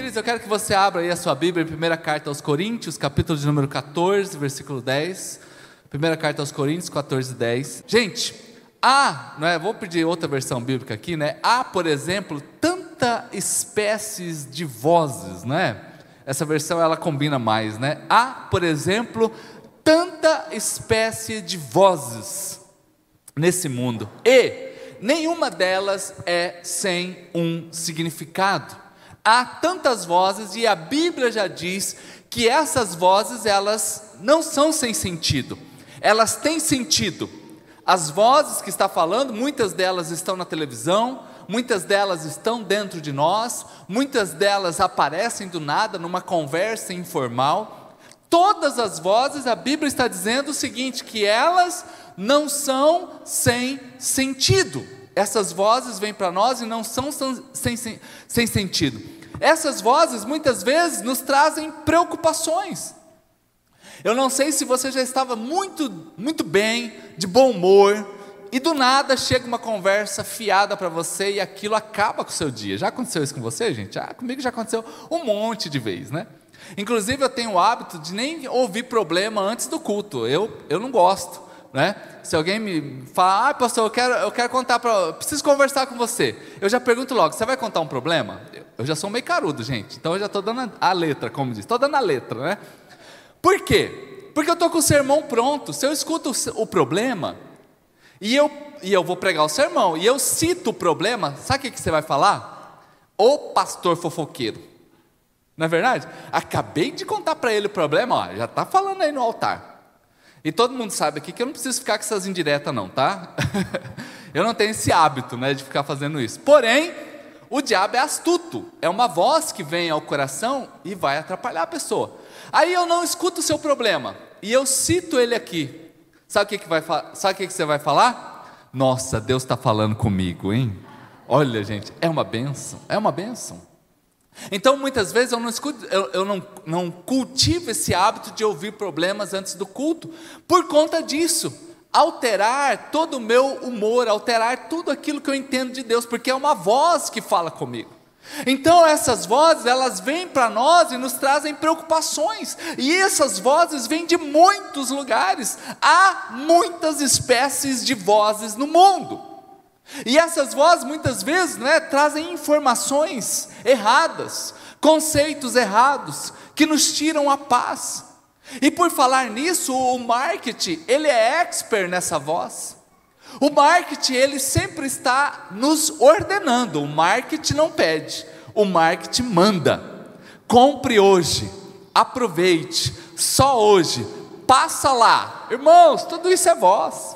Queridos, eu quero que você abra aí a sua Bíblia em 1ª carta aos Coríntios, capítulo de número 14, versículo 10. 1ª carta aos Coríntios, 14, 10. Gente, vou pedir outra versão bíblica aqui, né? Há, por exemplo, tanta espécies de vozes, né? Essa versão, ela combina mais, né? Há, por exemplo, tanta espécie de vozes nesse mundo, e nenhuma delas é sem um significado. Há tantas vozes, e a Bíblia já diz que essas vozes, elas não são sem sentido, elas têm sentido. As vozes que está falando, muitas delas estão na televisão, muitas delas estão dentro de nós, muitas delas aparecem do nada, numa conversa informal. Todas as vozes, a Bíblia está dizendo o seguinte, que elas não são sem sentido. Essas vozes vêm para nós e não são sem sentido. Essas vozes muitas vezes nos trazem preocupações. Eu não sei se você já estava muito bem, de bom humor, e do nada chega uma conversa fiada para você e aquilo acaba com o seu dia. Já aconteceu isso com você, gente? Comigo já aconteceu um monte de vezes, né? Inclusive eu tenho o hábito de nem ouvir problema antes do culto. Eu não gosto, né? Se alguém me fala, pastor, eu quero contar, preciso conversar com você, eu já pergunto logo, você vai contar um problema? Eu já sou meio carudo, gente, então eu já estou dando a letra, como diz, estou dando a letra, né? Por quê? Porque eu estou com o sermão pronto. Se eu escuto o problema, e eu vou pregar o sermão, e eu cito o problema, sabe o que você vai falar? O pastor fofoqueiro, não é verdade? Acabei de contar para ele o problema, já está falando aí no altar. E todo mundo sabe aqui que eu não preciso ficar com essas indiretas não, tá? Eu não tenho esse hábito, né, de ficar fazendo isso. Porém, o diabo é astuto, é uma voz que vem ao coração e vai atrapalhar a pessoa. Aí eu não escuto o seu problema, e eu cito ele aqui. Sabe o que você vai falar? Nossa, Deus está falando comigo, hein? Olha, gente, é uma bênção, é uma bênção. Então muitas vezes eu não cultivo esse hábito de ouvir problemas antes do culto, por conta disso, alterar todo o meu humor, alterar tudo aquilo que eu entendo de Deus, porque é uma voz que fala comigo. Então essas vozes, elas vêm para nós e nos trazem preocupações, e essas vozes vêm de muitos lugares. Há muitas espécies de vozes no mundo. E essas vozes muitas vezes, trazem informações erradas, conceitos errados, que nos tiram a paz. E por falar nisso, o marketing, ele é expert nessa voz. O marketing, ele sempre está nos ordenando. O marketing não pede, o marketing manda. Compre hoje, aproveite, só hoje, passa lá. Irmãos, tudo isso é voz.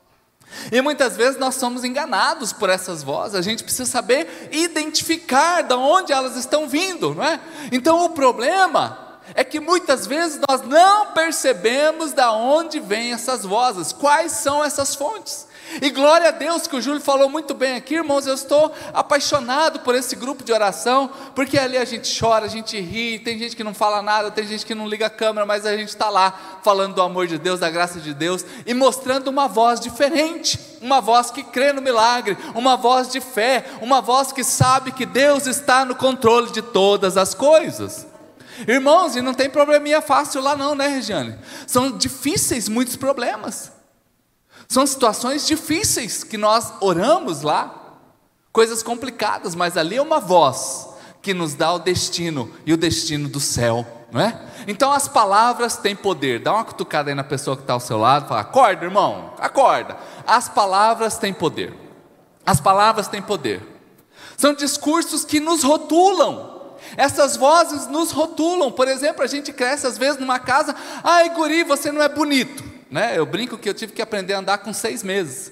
E muitas vezes nós somos enganados por essas vozes. A gente precisa saber identificar de onde elas estão vindo, não é? Então o problema é que muitas vezes nós não percebemos de onde vêm essas vozes, quais são essas fontes. E glória a Deus que o Júlio falou muito bem aqui, irmãos. Eu estou apaixonado por esse grupo de oração, porque ali a gente chora, a gente ri, tem gente que não fala nada, tem gente que não liga a câmera, mas a gente está lá falando do amor de Deus, da graça de Deus, e mostrando uma voz diferente, uma voz que crê no milagre, uma voz de fé, uma voz que sabe que Deus está no controle de todas as coisas. Irmãos, e não tem probleminha fácil lá não, né, Regiane? São difíceis muitos problemas. São situações difíceis que nós oramos lá, coisas complicadas, mas ali é uma voz que nos dá o destino, e o destino do céu, não é? Então as palavras têm poder. Dá uma cutucada aí na pessoa que está ao seu lado, fala, acorda irmão, acorda. As palavras têm poder, as palavras têm poder. São discursos que nos rotulam. Essas vozes nos rotulam. Por exemplo, a gente cresce às vezes numa casa, ai guri, você não é bonito. Eu brinco que eu tive que aprender a andar com 6 meses.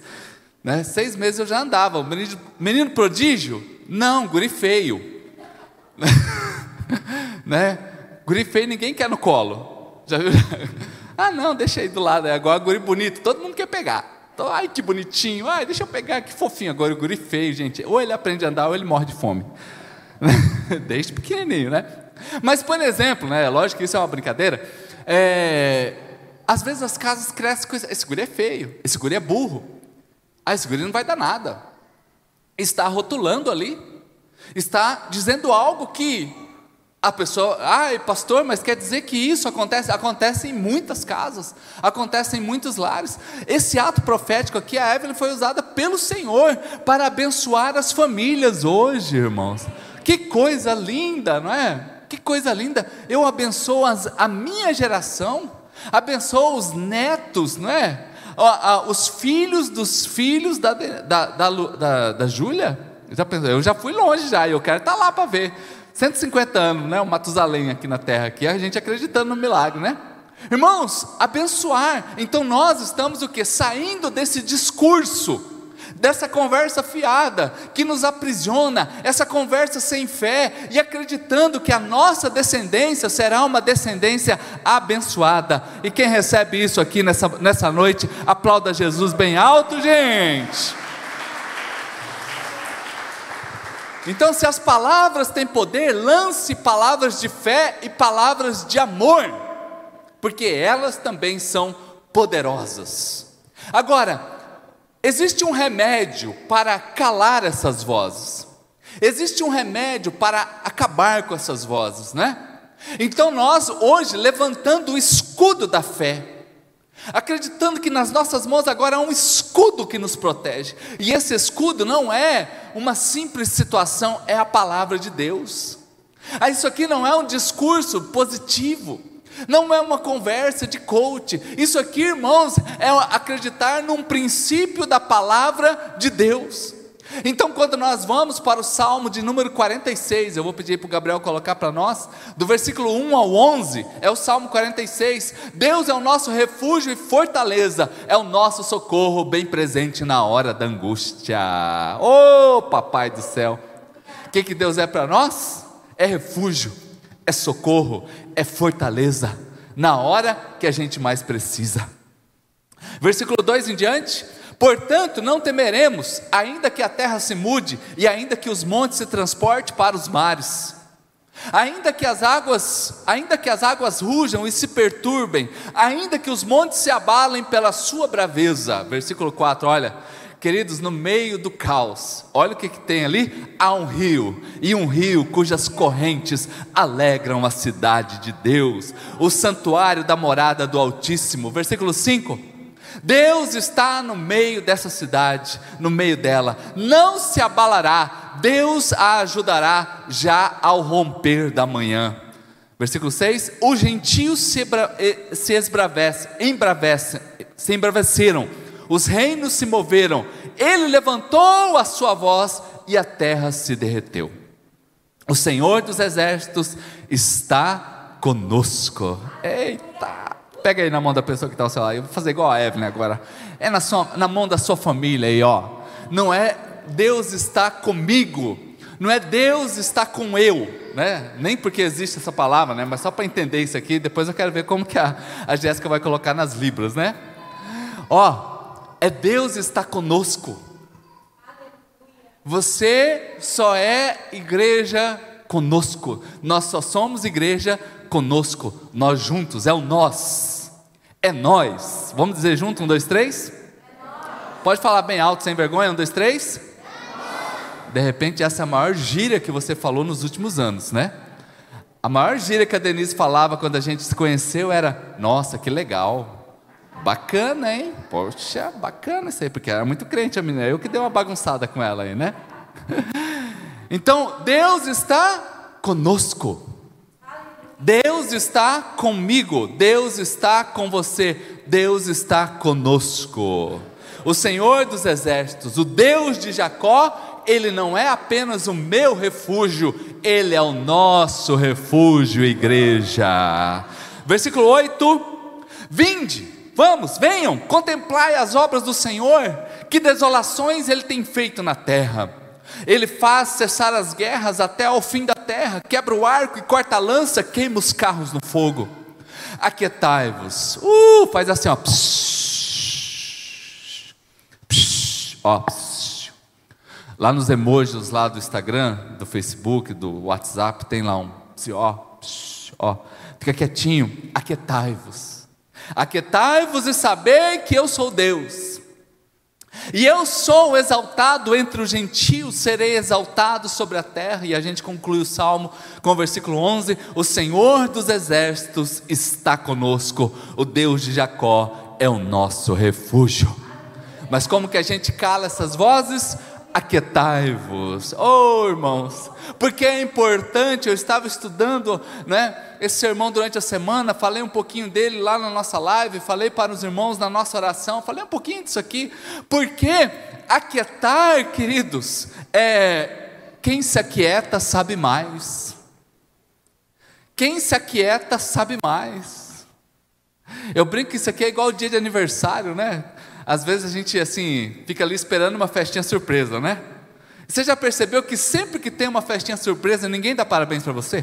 6 meses eu já andava. O menino prodígio? Não, guri feio. Guri feio ninguém quer no colo. Já viu? Não, deixa aí do lado. Agora guri bonito, todo mundo quer pegar. Então, ai que bonitinho, ai deixa eu pegar, que fofinho. Agora o guri feio, gente, ou ele aprende a andar ou ele morre de fome. Desde pequenininho, né? Mas por exemplo, lógico que isso é uma brincadeira, às vezes as casas crescem com esse guri é feio, esse guri é burro, esse guri não vai dar nada. Está rotulando ali, está dizendo algo que A pessoa, ai pastor, mas quer dizer que isso acontece? Acontece em muitas casas, acontece em muitos lares. Esse ato profético aqui, a Evelyn foi usada pelo Senhor para abençoar as famílias hoje, irmãos. Que coisa linda, não é? Que coisa linda. Eu abençoo a minha geração, abençoo os netos, não é? Os filhos dos filhos da Júlia. Eu já fui longe já, eu quero estar lá para ver. 150 anos, né? O Matusalém aqui na terra, aqui, a gente acreditando no milagre, né? Irmãos, abençoar. Então nós estamos o quê? Saindo desse discurso, dessa conversa fiada, que nos aprisiona, essa conversa sem fé, e acreditando que a nossa descendência será uma descendência abençoada. E quem recebe isso aqui nessa noite, aplauda Jesus bem alto, gente. Então, se as palavras têm poder, lance palavras de fé e palavras de amor, porque elas também são poderosas. Agora, existe um remédio para calar essas vozes, existe um remédio para acabar com essas vozes, né? Então nós hoje, levantando o escudo da fé, acreditando que nas nossas mãos agora há um escudo que nos protege, e esse escudo não é uma simples situação, é a palavra de Deus. Isso aqui não é um discurso positivo, não é uma conversa de coach, isso aqui, irmãos, é acreditar num princípio da palavra de Deus. Então, quando nós vamos para o Salmo de número 46, eu vou pedir para o Gabriel colocar para nós, do versículo 1 ao 11, é o Salmo 46, Deus é o nosso refúgio e fortaleza, é o nosso socorro bem presente na hora da angústia. Oh, papai do céu, o que Deus é para nós? É refúgio, é socorro, é fortaleza, na hora que a gente mais precisa. Versículo 2 em diante: portanto não temeremos, ainda que a terra se mude, e ainda que os montes se transportem para os mares, ainda que as águas rujam e se perturbem, ainda que os montes se abalem pela sua braveza. Versículo 4, olha, queridos, no meio do caos, olha o que tem ali, há um rio, e um rio cujas correntes alegram a cidade de Deus, o santuário da morada do Altíssimo. Versículo 5, Deus está no meio dessa cidade, no meio dela, não se abalará, Deus a ajudará já ao romper da manhã. Versículo 6, os gentios se embraveceram, os reinos se moveram, ele levantou a sua voz e a terra se derreteu. O Senhor dos exércitos está conosco. Eita! Pega aí na mão da pessoa que está ao seu lado. Eu vou fazer igual a Evelyn agora. É na mão da sua família aí, ó. Não é Deus está comigo, não é Deus está com eu, né? Nem porque existe essa palavra, né? Mas só para entender isso aqui, depois eu quero ver como que a Jéssica vai colocar nas libras, né? Ó, é Deus está conosco. Você só é igreja conosco. Nós só somos igreja conosco, nós juntos, é o nós, é nós. Vamos dizer junto, 1, 2, 3? Pode falar bem alto, sem vergonha, 1, 2, 3? De repente essa é a maior gíria que você falou nos últimos anos, né? A maior gíria que a Denise falava quando a gente se conheceu era: nossa, que legal, bacana, hein? Poxa, bacana isso aí, porque era muito crente a menina, eu que dei uma bagunçada com ela aí, né? Então, Deus está conosco, Deus está comigo, Deus está com você, Deus está conosco. O Senhor dos exércitos, o Deus de Jacó, Ele não é apenas o meu refúgio, Ele é o nosso refúgio, igreja. Versículo 8, vinde, vamos, venham, contemplai as obras do Senhor, que desolações Ele tem feito na terra. Ele faz cessar as guerras até ao fim da terra, quebra o arco e corta a lança, queima os carros no fogo. Aquietai-vos, faz assim, ó, psh, psh, ó, psh. Lá nos emojis lá do Instagram, do Facebook, do WhatsApp, tem lá um, assim, ó, psh, ó, fica quietinho, aquietai-vos e sabei que eu sou Deus. E eu sou exaltado entre os gentios, serei exaltado sobre a terra. E a gente conclui o Salmo com o versículo 11: o Senhor dos exércitos está conosco, o Deus de Jacó é o nosso refúgio. Mas como que a gente cala essas vozes? Aquietai-vos, irmãos, porque é importante. Eu estava estudando, esse sermão durante a semana, falei um pouquinho dele lá na nossa live, falei para os irmãos na nossa oração, falei um pouquinho disso aqui, porque aquietar, queridos, quem se aquieta sabe mais, quem se aquieta sabe mais. Eu brinco que isso aqui é igual o dia de aniversário, Às vezes a gente assim, fica ali esperando uma festinha surpresa, Você já percebeu que sempre que tem uma festinha surpresa, ninguém dá parabéns para você?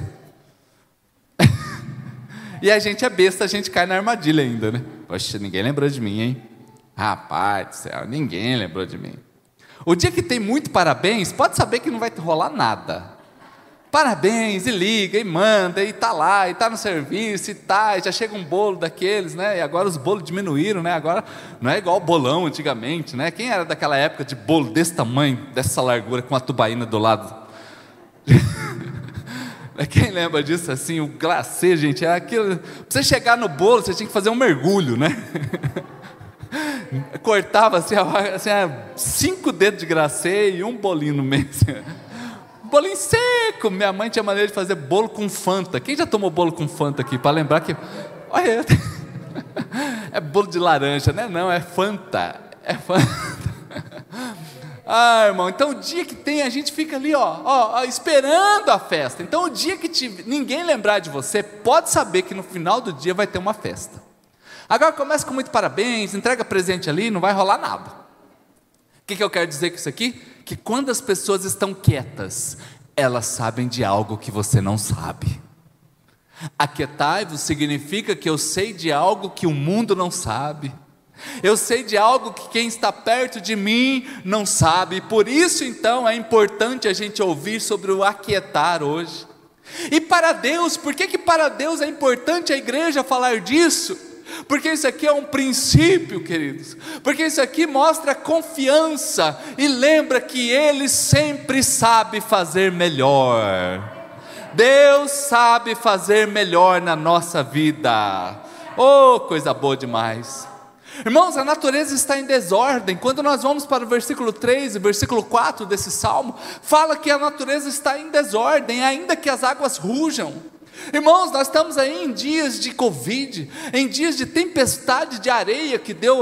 E a gente é besta, a gente cai na armadilha ainda, Poxa, ninguém lembrou de mim, hein? Rapaz do céu, ninguém lembrou de mim. O dia que tem muito parabéns, pode saber que não vai rolar nada. Parabéns, e liga, e manda, e tá lá, e tá no serviço, e já chega um bolo daqueles, e agora os bolos diminuíram, agora não é igual o bolão antigamente, Quem era daquela época de bolo desse tamanho, dessa largura, com a tubaína do lado? Quem lembra disso, assim, o glacê, gente, era aquilo, pra você chegar no bolo, você tinha que fazer um mergulho, Cortava assim, 5 dedos de glacê e um bolinho no meio, bolinho seco. Minha mãe tinha maneira de fazer bolo com Fanta. Quem já tomou bolo com Fanta aqui? Para lembrar que... Olha, é bolo de laranja, não, é Fanta. É Fanta. Irmão, então o dia que tem, a gente fica ali, esperando a festa. Então o dia que ninguém lembrar de você, pode saber que no final do dia vai ter uma festa. Agora começa com muito parabéns, entrega presente ali, não vai rolar nada. O que eu quero dizer com isso aqui? Que quando as pessoas estão quietas, elas sabem de algo que você não sabe. Aquietai-vos significa que eu sei de algo que o mundo não sabe. Eu sei de algo que quem está perto de mim não sabe. Por isso então é importante a gente ouvir sobre o aquietar hoje. E para Deus, por que para Deus é importante a igreja falar disso? Porque isso aqui é um princípio, queridos, porque isso aqui mostra confiança e lembra que Ele sempre sabe fazer melhor. Deus sabe fazer melhor na nossa vida. Coisa boa demais. Irmãos, a natureza está em desordem. Quando nós vamos para o versículo 3 e versículo 4 desse salmo, fala que a natureza está em desordem, ainda que as águas rujam. Irmãos, nós estamos aí em dias de Covid, em dias de tempestade de areia que deu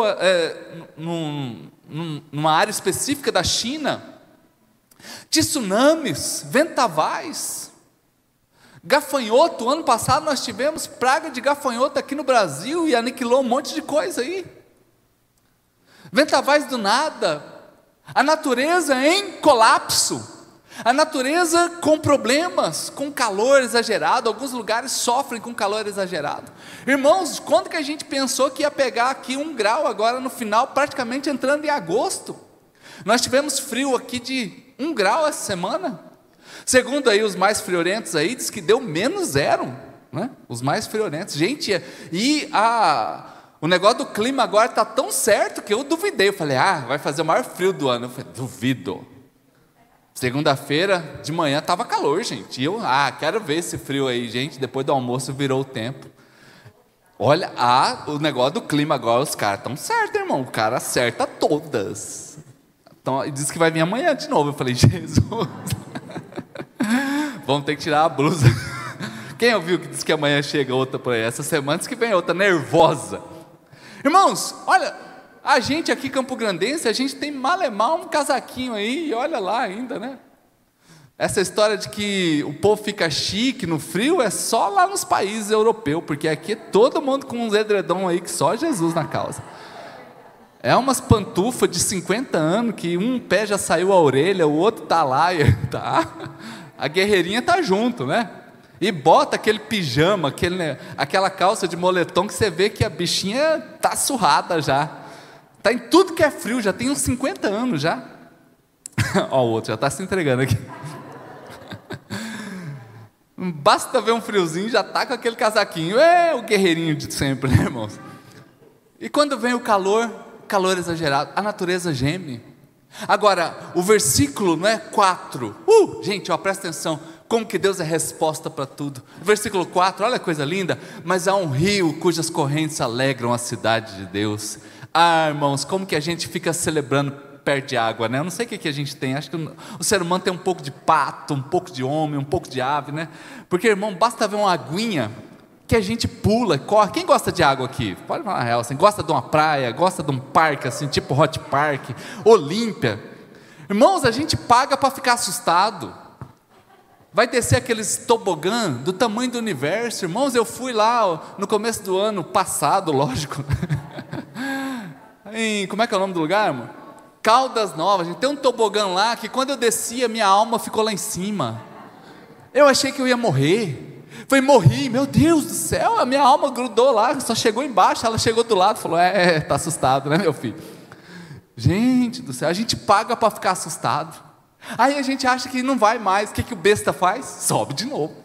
numa área específica da China, de tsunamis, vendavais, gafanhoto. Ano passado nós tivemos praga de gafanhoto aqui no Brasil e aniquilou um monte de coisa aí. Vendavais do nada, a natureza em colapso. A natureza com problemas, com calor exagerado. Alguns lugares sofrem com calor exagerado. Irmãos, quando que a gente pensou que ia pegar aqui 1 grau agora no final, praticamente entrando em agosto? Nós tivemos frio aqui de 1 grau essa semana. Segundo aí os mais friorentos aí, diz que deu -0, Os mais friorentos. Gente, o negócio do clima agora está tão certo que eu duvidei. Eu falei, vai fazer o maior frio do ano. Eu falei, duvido. Segunda-feira de manhã estava calor, gente. E eu, quero ver esse frio aí, gente. Depois do almoço virou o tempo. Olha, o negócio do clima agora, os caras estão certos, irmão. O cara acerta todas. Então, diz que vai vir amanhã de novo. Eu falei, Jesus, vamos ter que tirar a blusa. Quem ouviu que diz que amanhã chega outra por aí? Essa semana diz que vem outra nervosa. Irmãos, olha... A gente aqui, Campo Grandense, a gente tem malemar um casaquinho aí, e olha lá ainda, Essa história de que o povo fica chique no frio é só lá nos países europeus, porque aqui é todo mundo com uns edredom aí que só Jesus na causa. É umas pantufas de 50 anos, que um pé já saiu a orelha, o outro tá lá, a guerreirinha tá junto, E bota aquele pijama, aquela calça de moletom que você vê que a bichinha tá surrada já. Está em tudo que é frio, já tem uns 50 anos já. Ó, o outro já está se entregando aqui. Basta ver um friozinho, já está com aquele casaquinho. O guerreirinho de sempre, irmãos? E quando vem o calor, calor exagerado, a natureza geme. Agora, o versículo, não é, 4, gente, ó, presta atenção, como que Deus é resposta para tudo. Versículo 4, olha a coisa linda. Mas há um rio cujas correntes alegram a cidade de Deus. Irmãos, como que a gente fica celebrando perto de água, né? Eu não sei o que a gente tem, acho que o ser humano tem um pouco de pato, um pouco de homem, um pouco de ave, né? Porque, irmão, basta ver uma aguinha que a gente pula, corre. Quem gosta de água aqui? Pode falar a real, assim, gosta de uma praia, gosta de um parque, assim, tipo Hot Park, Olímpia. Irmãos, a gente paga para ficar assustado. Vai descer aqueles tobogã do tamanho do universo. Irmãos, eu fui lá no começo do ano passado, lógico. Como é que é o nome do lugar, irmão? Caldas Novas. Tem um tobogã lá que quando eu descia, minha alma ficou lá em cima. Eu achei que eu ia morrer. Morri, meu Deus do céu, a minha alma grudou lá, só chegou embaixo, ela chegou do lado e falou, tá assustado, né, meu filho? Gente do céu, a gente paga para ficar assustado. Aí a gente acha que não vai mais, o que o besta faz? Sobe de novo.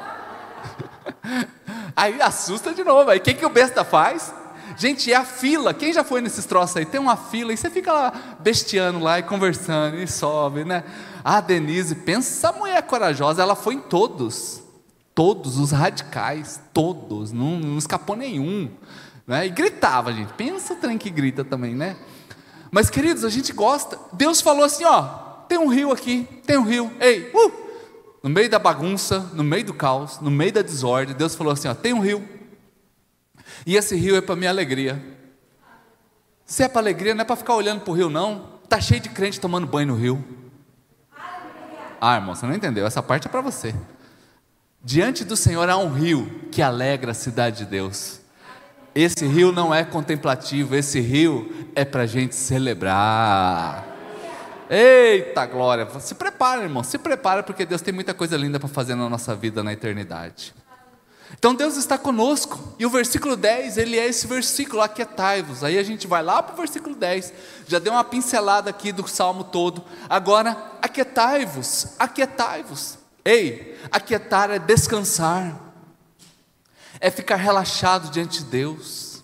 Aí assusta de novo, aí o que o besta faz? Gente, é a fila, quem já foi nesses troços aí? Tem uma fila, e você fica lá besteando lá e conversando, e sobe, né? A Denise, pensa, essa mulher corajosa, ela foi em todos os radicais, todos, não escapou nenhum, né? E gritava, gente, pensa o trem que grita também, né? Mas queridos, a gente gosta. Deus falou assim, ó, tem um rio aqui, tem um rio, ei, no meio da bagunça, no meio do caos, no meio da desordem, Deus falou assim, ó, tem um rio, e esse rio é para minha alegria. Se é para alegria, não é para ficar olhando para o rio não, está cheio de crente tomando banho no rio. Irmão, você não entendeu, essa parte é para você. Diante do Senhor há um rio que alegra a cidade de Deus. Esse rio não é contemplativo, esse rio é para a gente celebrar. Eita glória, se prepara, irmão, se prepara, porque Deus tem muita coisa linda para fazer na nossa vida na eternidade. Então Deus está conosco, e o versículo 10, ele é esse versículo, aquietai-vos. Aí a gente vai lá para o versículo 10, já deu uma pincelada aqui do salmo todo. Agora, aquietai-vos, aquietai-vos. Ei, aquietar é descansar, é ficar relaxado diante de Deus.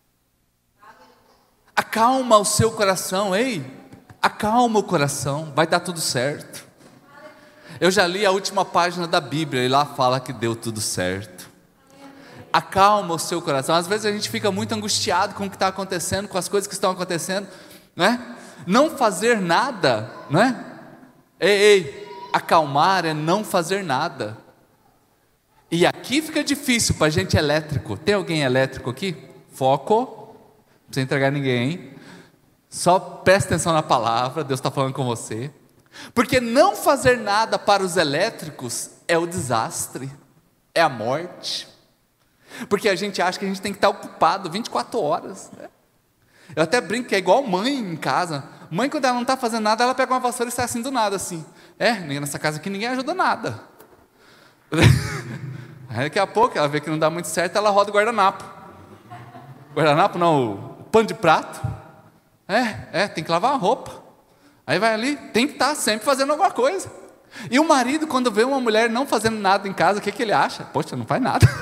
Acalma o seu coração, ei, acalma o coração, vai dar tudo certo. Eu já li a última página da Bíblia, e lá fala que deu tudo certo. Acalma o seu coração. Às vezes a gente fica muito angustiado com o que está acontecendo, com as coisas que estão acontecendo, não é? Não fazer nada, não é? Ei, acalmar é não fazer nada. E aqui fica difícil para gente elétrico. Tem alguém elétrico aqui? Foco, não precisa entregar ninguém, hein? Só presta atenção na palavra, Deus está falando com você. Porque não fazer nada para os elétricos é o desastre, é a morte. Porque a gente acha que a gente tem que estar ocupado 24 horas, né? Eu até brinco que é igual mãe em casa. Mãe, quando ela não está fazendo nada, ela pega uma vassoura e sai assim do nada, assim. Nessa casa aqui ninguém ajuda nada. Aí daqui a pouco ela vê que não dá muito certo, ela roda o guardanapo. Guardanapo não, o pano de prato. Tem que lavar a roupa. Aí vai ali, tem que estar sempre fazendo alguma coisa. E o marido, quando vê uma mulher não fazendo nada em casa, o que ele acha? Poxa, não faz nada.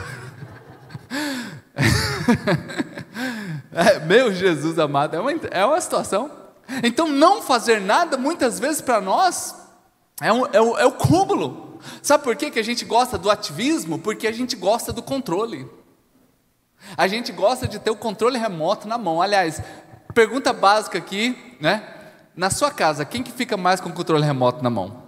Meu Jesus amado, é uma situação. Então não fazer nada, muitas vezes para nós, é o cúmulo. Sabe por que a gente gosta do ativismo? Porque a gente gosta do controle. A gente gosta de ter o controle remoto na mão. Aliás, pergunta básica aqui, né? Na sua casa, quem que fica mais com o controle remoto na mão?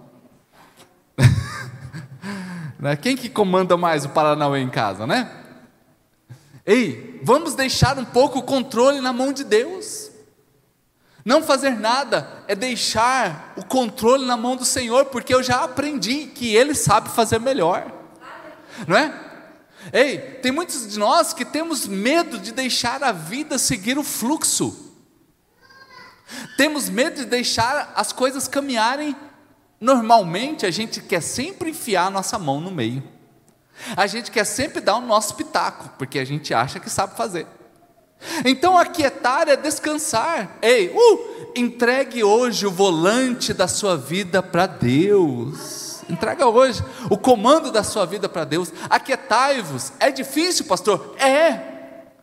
Quem que comanda mais o Paranauê em casa, né? Ei, vamos deixar um pouco o controle na mão de Deus. Não fazer nada é deixar o controle na mão do Senhor, porque eu já aprendi que Ele sabe fazer melhor, não é? Ei, tem muitos de nós que temos medo de deixar a vida seguir o fluxo. Temos medo de deixar as coisas caminharem normalmente. A gente quer sempre enfiar a nossa mão no meio. A gente quer sempre dar o nosso pitaco, porque a gente acha que sabe fazer. Então aquietar é descansar. Ei, entregue hoje o volante da sua vida para Deus. Entrega hoje o comando da sua vida para Deus. Aquietai-vos. É difícil, pastor?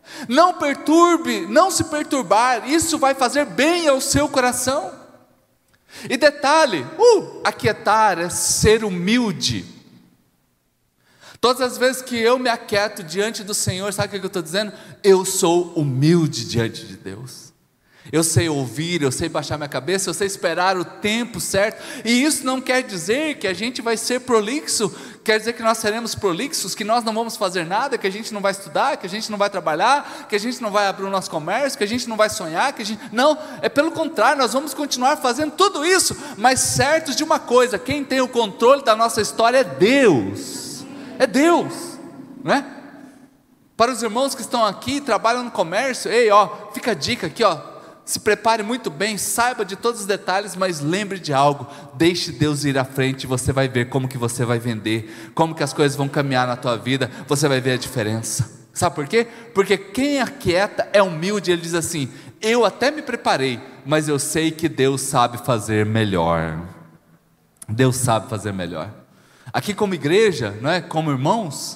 Não perturbe, não se perturbar, isso vai fazer bem ao seu coração. E detalhe, aquietar é ser humilde. Todas as vezes que eu me aquieto diante do Senhor, sabe o que eu estou dizendo? Eu sou humilde diante de Deus. Eu sei ouvir, eu sei baixar minha cabeça, eu sei esperar o tempo certo. E isso não quer dizer que a gente vai ser prolixo, quer dizer que nós seremos prolixos, que nós não vamos fazer nada, que a gente não vai estudar, que a gente não vai trabalhar, que a gente não vai abrir o nosso comércio, que a gente não vai sonhar, Não, é pelo contrário, nós vamos continuar fazendo tudo isso, mas certos de uma coisa: quem tem o controle da nossa história é Deus. É Deus, não é? Para os irmãos que estão aqui, trabalham no comércio, fica a dica aqui, se prepare muito bem, saiba de todos os detalhes, mas lembre de algo: deixe Deus ir à frente, e você vai ver como que você vai vender, como que as coisas vão caminhar na tua vida, você vai ver a diferença. Sabe por quê? Porque quem aquieta é humilde, ele diz assim: eu até me preparei, mas eu sei que Deus sabe fazer melhor. Deus sabe fazer melhor. Aqui como igreja, não é? Como irmãos,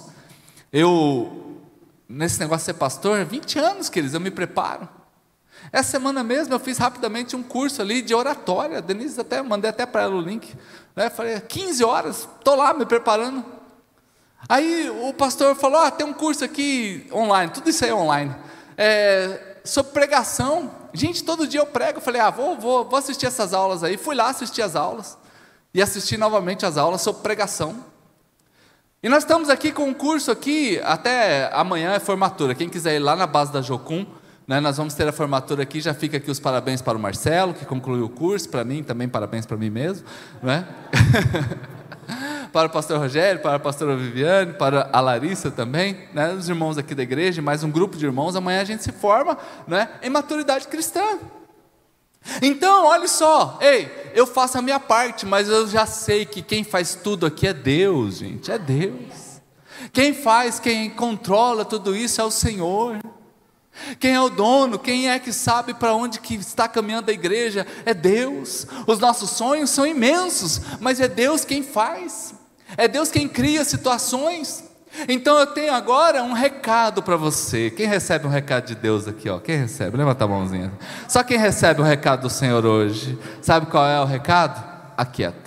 nesse negócio de ser pastor, 20 anos, queridos, eu me preparo. Essa semana mesmo eu fiz rapidamente um curso ali de oratória. A Denise mandei até para ela o link, né? Falei, 15 horas, estou lá me preparando. Aí o pastor falou: tem um curso aqui online, tudo isso aí é online, sobre pregação. Gente, todo dia eu prego. Eu falei, vou assistir essas aulas aí. Fui lá assistir as aulas, e assisti novamente as aulas sobre pregação. E nós estamos aqui com um curso aqui, até amanhã é formatura. Quem quiser ir lá na base da Jocum, né, nós vamos ter a formatura aqui. Já fica aqui os parabéns para o Marcelo, que concluiu o curso. Para mim também, parabéns para mim mesmo, né? Para o pastor Rogério, para a pastora Viviane, para a Larissa também, né? Os irmãos aqui da igreja, mais um grupo de irmãos. Amanhã a gente se forma, né, em maturidade cristã. Então, olha só, eu faço a minha parte, mas eu já sei que quem faz tudo aqui é Deus, gente, é Deus. Quem controla tudo isso é o Senhor. Quem é o dono, quem é que sabe para onde que está caminhando a igreja? É Deus. Os nossos sonhos são imensos, mas é Deus quem faz, é Deus quem cria situações. Então eu tenho agora um recado para você. Quem recebe um recado de Deus aqui? Quem recebe? Levanta a mãozinha. Só quem recebe o recado do Senhor hoje. Sabe qual é o recado? Aquieta.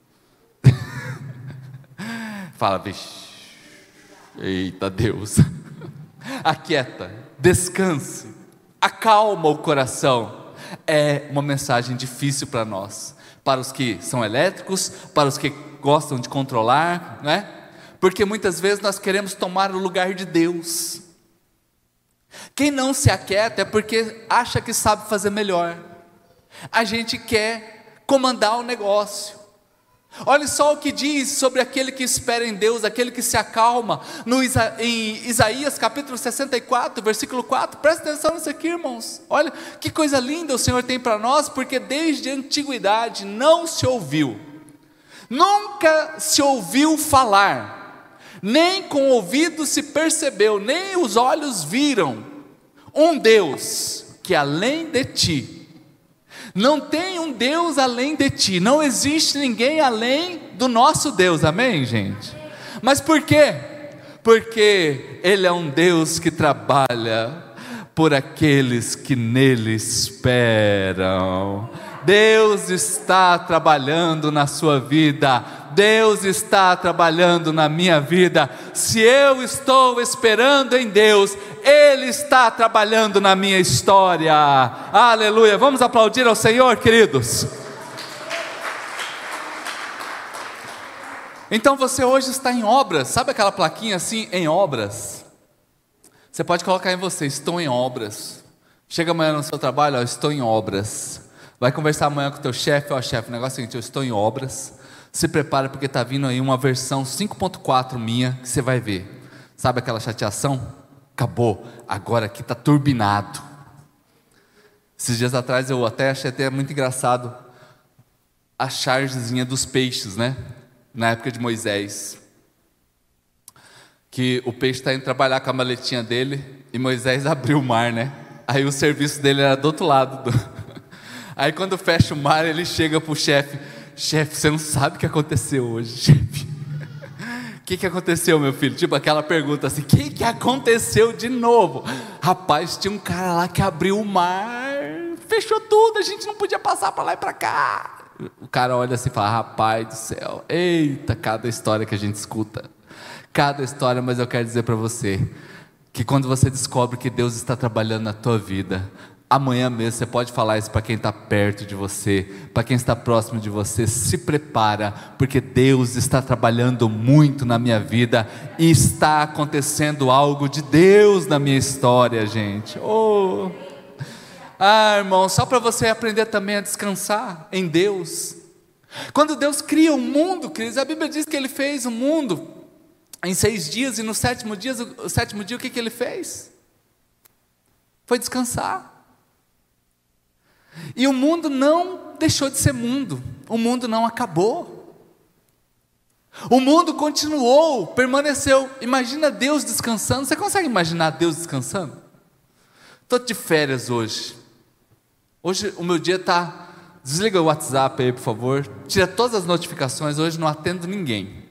Fala, bicho. Eita Deus. Aquieta, descanse, acalma o coração. É uma mensagem difícil para nós, para os que são elétricos, para os que gostam de controlar, não é? Porque muitas vezes nós queremos tomar o lugar de Deus. Quem não se aquieta é porque acha que sabe fazer melhor. A gente quer comandar o negócio. Olha só o que diz sobre aquele que espera em Deus, aquele que se acalma, em Isaías capítulo 64, versículo 4, presta atenção nisso aqui, irmãos. Olha que coisa linda o Senhor tem para nós, porque desde a antiguidade não se ouviu, nunca se ouviu falar, nem com o ouvido se percebeu, nem os olhos viram, um Deus que além de ti. Não tem um Deus além de ti, não existe ninguém além do nosso Deus, amém, gente? Mas por quê? Porque Ele é um Deus que trabalha por aqueles que nele esperam. Deus está trabalhando na sua vida, Deus está trabalhando na minha vida. Se eu estou esperando em Deus, Ele está trabalhando na minha história. Aleluia, vamos aplaudir ao Senhor, queridos. Então você hoje está em obras, sabe aquela plaquinha assim, em obras? Você pode colocar em você, estou em obras. Chega amanhã no seu trabalho, estou em obras. Vai conversar amanhã com o teu chefe, chefe, o negócio é o seguinte, eu estou em obras. Se prepara porque está vindo aí uma versão 5.4 minha, que você vai ver. Sabe aquela chateação? Acabou, agora aqui está turbinado. Esses dias atrás eu achei até muito engraçado a chargezinha dos peixes, né? Na época de Moisés, que o peixe está indo trabalhar com a maletinha dele, e Moisés abriu o mar, né? Aí o serviço dele era do outro lado. Aí quando fecha o mar, ele chega para o chefe: chefe, você não sabe o que aconteceu hoje, chefe. que aconteceu, meu filho? Tipo aquela pergunta assim, o que aconteceu de novo? Rapaz, tinha um cara lá que abriu o mar, fechou tudo, a gente não podia passar para lá e para cá. O cara olha assim e fala, rapaz do céu, eita, cada história que a gente escuta, cada história, mas eu quero dizer para você, que quando você descobre que Deus está trabalhando na tua vida, amanhã mesmo você pode falar isso para quem está perto de você, para quem está próximo de você, se prepara, porque Deus está trabalhando muito na minha vida, e está acontecendo algo de Deus na minha história, gente. Irmão, só para você aprender também a descansar em Deus. Quando Deus cria o mundo, queridos, a Bíblia diz que Ele fez o mundo em 6 dias, e no sétimo dia o que Ele fez? Foi descansar. E o mundo não deixou de ser mundo, o mundo não acabou, o mundo continuou, permaneceu. Imagina Deus descansando. Você consegue imaginar Deus descansando? Estou de férias hoje o meu dia está, desliga o WhatsApp aí por favor, tira todas as notificações, hoje não atendo ninguém.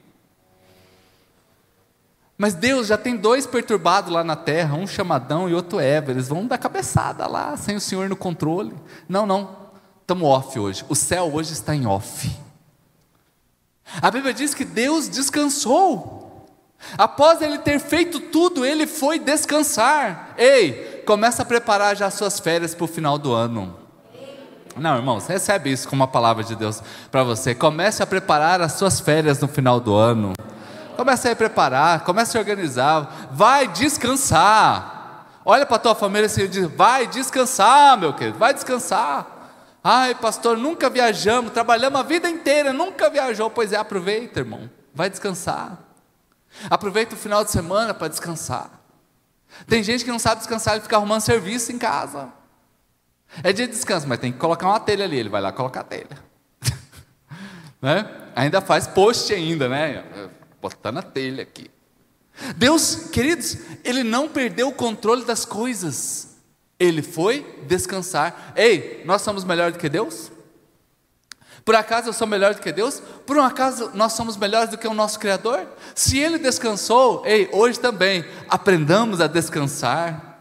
Mas Deus já tem 2 perturbados lá na terra, um chamadão e outro Eva, eles vão dar cabeçada lá, sem o Senhor no controle. Não, estamos off hoje, o céu hoje está em off. A Bíblia diz que Deus descansou, após Ele ter feito tudo, Ele foi descansar. Ei, começa a preparar já as suas férias para o final do ano. Não, irmãos, recebe isso como uma palavra de Deus para você, comece a preparar as suas férias no final do ano. Comece a preparar, comece a organizar, vai descansar. Olha para a tua família e diz, vai descansar, meu querido, vai descansar. Ai, pastor, nunca viajamos, trabalhamos a vida inteira, nunca viajou. Pois é, aproveita, irmão, vai descansar. Aproveita o final de semana para descansar. Tem gente que não sabe descansar, ele fica arrumando serviço em casa. É dia de descanso, mas tem que colocar uma telha ali, ele vai lá colocar a telha. Né? Ainda faz post ainda, né? Botando a telha aqui. Deus, queridos, Ele não perdeu o controle das coisas, Ele foi descansar. Ei, nós somos melhores do que Deus? Por acaso eu sou melhor do que Deus? Por um acaso nós somos melhores do que o nosso Criador? Se Ele descansou, ei, hoje também, aprendamos a descansar.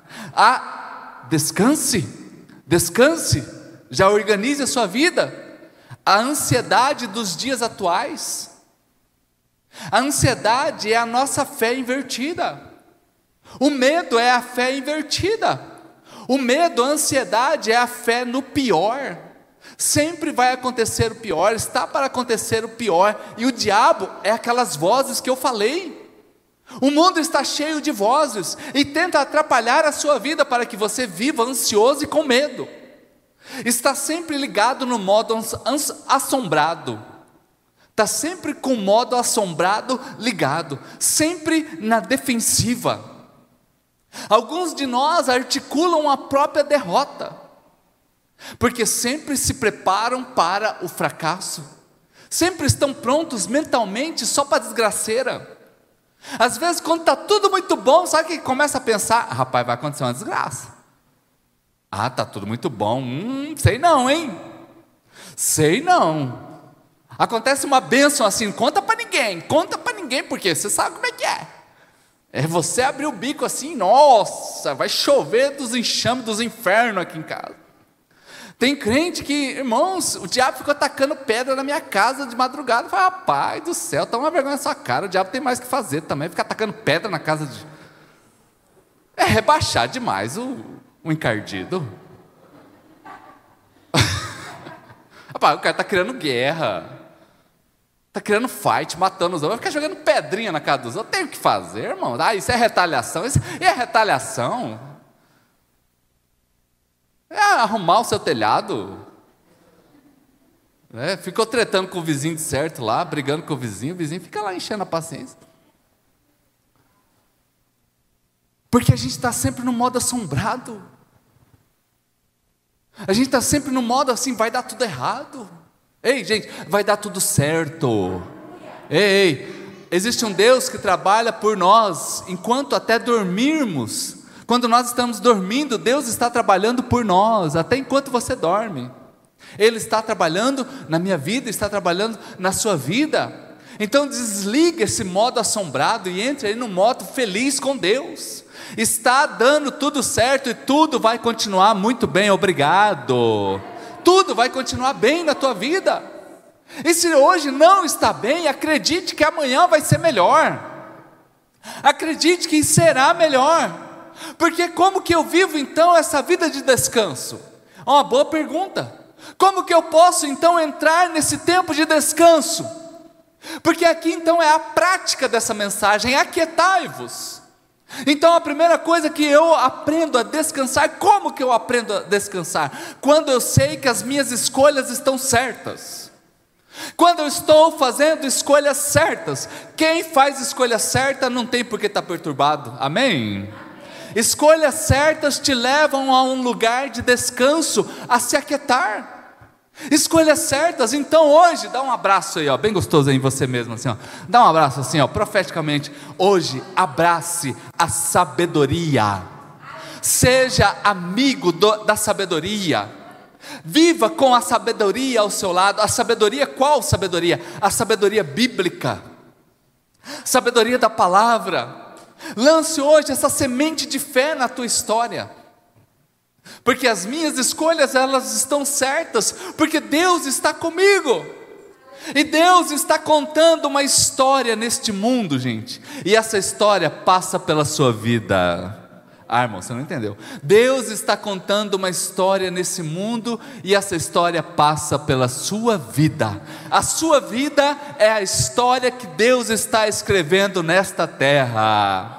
Descanse, já organize a sua vida. A ansiedade dos dias atuais, a ansiedade é a nossa fé invertida. O medo é a fé invertida. O medo, a ansiedade é a fé no pior. Sempre vai acontecer o pior, está para acontecer o pior. E o diabo é aquelas vozes que eu falei. O mundo está cheio de vozes e tenta atrapalhar a sua vida para que você viva ansioso e com medo. Está sempre ligado no modo assombrado. Está sempre com o modo assombrado ligado, sempre na defensiva. Alguns de nós articulam a própria derrota, porque sempre se preparam para o fracasso, sempre estão prontos mentalmente só para a desgraceira. Às vezes quando está tudo muito bom, sabe o que começa a pensar? Rapaz, vai acontecer uma desgraça. Está tudo muito bom, sei não, hein? Sei não. Acontece uma bênção assim, conta para ninguém, porque você sabe como é que é. É você abrir o bico assim, nossa, vai chover dos enxames dos infernos aqui em casa. Tem crente que, irmãos, o diabo ficou atacando pedra na minha casa de madrugada. Fala, rapaz do céu, tá uma vergonha na sua cara, o diabo tem mais que fazer também, ficar atacando pedra na casa de... É rebaixar demais o encardido. Rapaz, o cara está criando guerra. Está criando fight, matando os outros, vai ficar jogando pedrinha na casa dos outros. Tem o que fazer, irmão. Isso é retaliação. E é retaliação? É arrumar o seu telhado. Ficou tretando com o vizinho de certo lá, brigando com o vizinho fica lá enchendo a paciência. Porque a gente está sempre no modo assombrado. A gente está sempre no modo assim, vai dar tudo errado. Ei, gente, vai dar tudo certo. Ei, existe um Deus que trabalha por nós enquanto até dormirmos. Quando nós estamos dormindo, Deus está trabalhando por nós, até enquanto você dorme. Ele está trabalhando na minha vida, está trabalhando na sua vida. Então desliga esse modo assombrado e entre aí no modo feliz com Deus. Está dando tudo certo e tudo vai continuar muito bem, obrigado. Tudo vai continuar bem na tua vida. E se hoje não está bem, acredite que amanhã vai ser melhor. Acredite que será melhor. Porque como que eu vivo então essa vida de descanso? Uma boa pergunta. Como que eu posso então entrar nesse tempo de descanso? Porque aqui então é a prática dessa mensagem, aquietai-vos. Então a primeira coisa que eu aprendo a descansar, como que eu aprendo a descansar? Quando eu sei que as minhas escolhas estão certas. Quando eu estou fazendo escolhas certas. Quem faz escolha certa não tem por que estar perturbado, amém? Escolhas certas te levam a um lugar de descanso, a se aquietar. Escolhas certas, então hoje, dá um abraço aí, ó, bem gostoso aí em você mesmo, assim, ó. Dá um abraço assim, ó, profeticamente. Hoje, abrace a sabedoria. Seja amigo da sabedoria. Viva com a sabedoria ao seu lado. A sabedoria, qual sabedoria? A sabedoria bíblica. Sabedoria da palavra. Lance hoje essa semente de fé na tua história. Porque as minhas escolhas, elas estão certas, porque Deus está comigo, e Deus está contando uma história neste mundo, gente, e essa história passa pela sua vida. Irmão, você não entendeu? Deus está contando uma história nesse mundo, e essa história passa pela sua vida. A sua vida é a história que Deus está escrevendo nesta terra.